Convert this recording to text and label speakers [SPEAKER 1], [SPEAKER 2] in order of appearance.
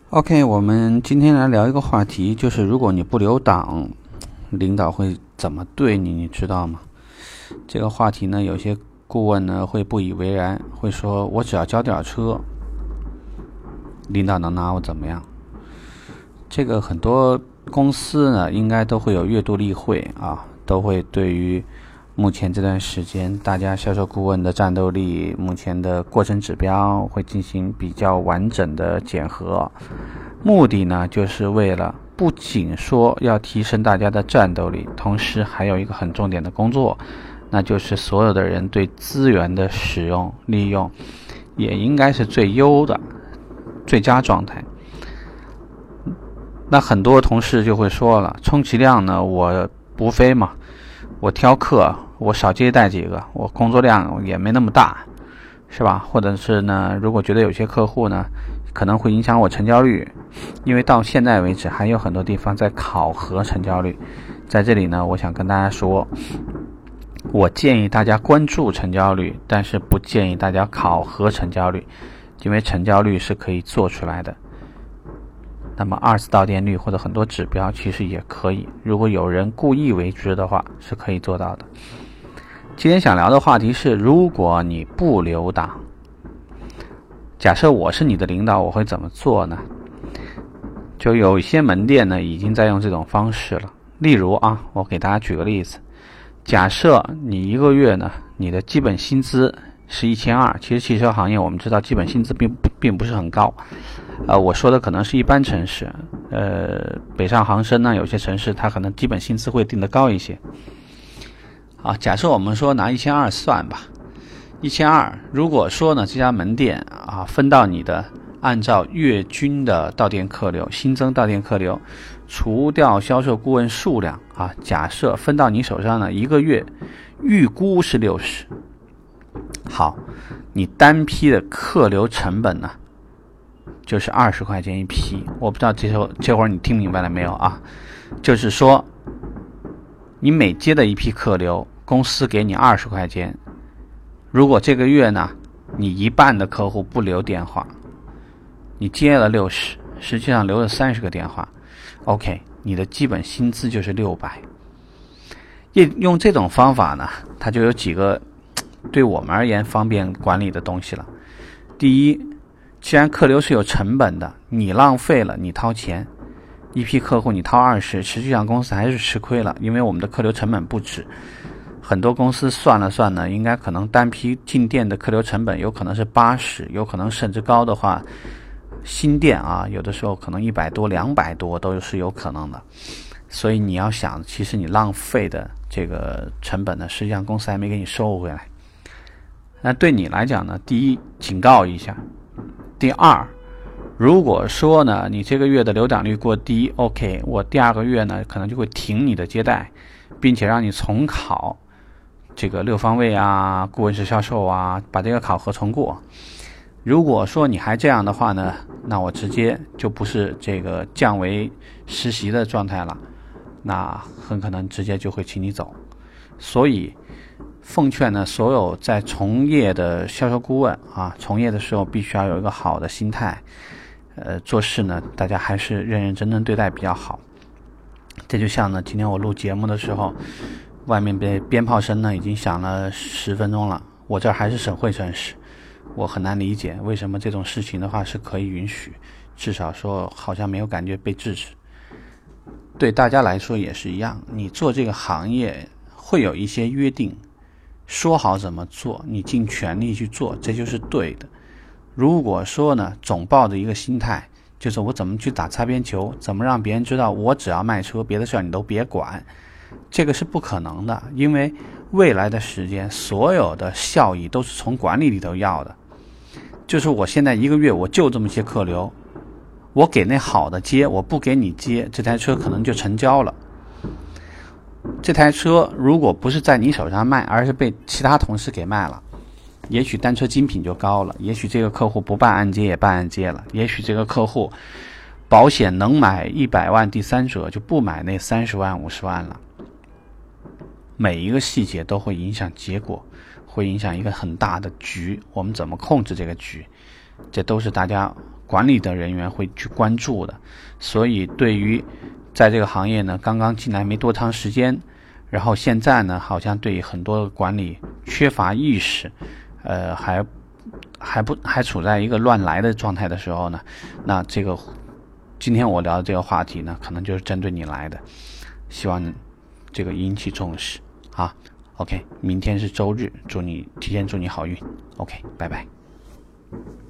[SPEAKER 1] OK，我们今天来聊一个话题，就是如果你不留档，领导会怎么对你，你知道吗？这个话题呢，有些顾问呢会不以为然，会说我只要交点车，领导能拿我怎么样？这个很多公司呢，应该都会有阅读例会啊，都会对于目前这段时间大家销售顾问的战斗力，目前的过程指标会进行比较完整的检核，目的呢就是为了不仅说要提升大家的战斗力，同时还有一个很重点的工作，那就是所有的人对资源的使用利用也应该是最优的最佳状态。那很多同事就会说了，充其量呢我不飞嘛，我挑课我少接待几个，我工作量也没那么大，是吧？或者是呢，如果觉得有些客户呢可能会影响我成交率，因为到现在为止还有很多地方在考核成交率。在这里呢，我想跟大家说，我建议大家关注成交率，但是不建议大家考核成交率，因为成交率是可以做出来的。那么二次到店率或者很多指标其实也可以，如果有人故意为之的话，是可以做到的。今天想聊的话题是，如果你不留档，假设我是你的领导，我会怎么做呢？就有一些门店呢已经在用这种方式了。例如啊，我给大家举个例子，假设你一个月呢，你的基本薪资是1200，其实汽车行业我们知道基本薪资并不是很高。我说的可能是一般城市，北上杭深呢，有些城市它可能基本薪资会定得高一些。啊，假设我们说拿1200算吧，1200，如果说呢这家门店啊分到你的，按照月均的到店客流，新增到店客流，除掉销售顾问数量啊，假设分到你手上呢，一个月预估是60。好，你单批的客流成本呢，就是20块钱一批。我不知道这会儿你听明白了没有啊？就是说，你每接的一批客流，公司给你20块钱。如果这个月呢，你一半的客户不留电话，你接了60，实际上留了30个电话 ，OK， 你的基本薪资就是600。用这种方法呢，它就有几个对我们而言方便管理的东西了。第一，既然客流是有成本的，你浪费了，你掏钱，一批客户你掏20，实际上公司还是吃亏了，因为我们的客流成本不止。很多公司算了算呢，应该可能单批进店的客流成本有可能是80，有可能甚至高的话，新店啊，有的时候可能100多、200多都是有可能的。所以你要想，其实你浪费的这个成本呢，实际上公司还没给你收回来。那对你来讲呢，第一，警告一下。第二，如果说呢，你这个月的留档率过低 ，OK， 我第二个月呢，可能就会停你的接待，并且让你重考这个6方位啊、顾问式销售啊，把这个考核重过。如果说你还这样的话呢，那我直接就不是这个降为实习的状态了，那很可能直接就会请你走。所以奉劝呢，所有在从业的销售顾问啊，从业的时候必须要有一个好的心态，做事呢，大家还是认认真真对待比较好。这就像呢，今天我录节目的时候，外面鞭炮声呢已经响了10分钟了，我这还是省会城市，我很难理解为什么这种事情的话是可以允许，至少说好像没有感觉被制止。对大家来说也是一样，你做这个行业会有一些约定，说好怎么做，你尽全力去做，这就是对的。如果说呢，总抱着一个心态，就是我怎么去打擦边球，怎么让别人知道我只要卖车，别的事儿你都别管，这个是不可能的。因为未来的时间，所有的效益都是从管理里头要的。就是我现在一个月我就这么些客流，我给那好的接，我不给你接，这台车可能就成交了。这台车如果不是在你手上卖，而是被其他同事给卖了，也许单车精品就高了，也许这个客户不办按揭也办按揭了，也许这个客户保险能买100万第三者就不买那30万50万了。每一个细节都会影响结果，会影响一个很大的局，我们怎么控制这个局，这都是大家管理的人员会去关注的。所以对于在这个行业呢，刚刚进来没多长时间，然后现在呢，好像对很多的管理缺乏意识，还处在一个乱来的状态的时候呢，那这个今天我聊的这个话题呢，可能就是针对你来的，希望这个引起重视啊。OK， 明天是周日，提前祝你好运。OK， 拜拜。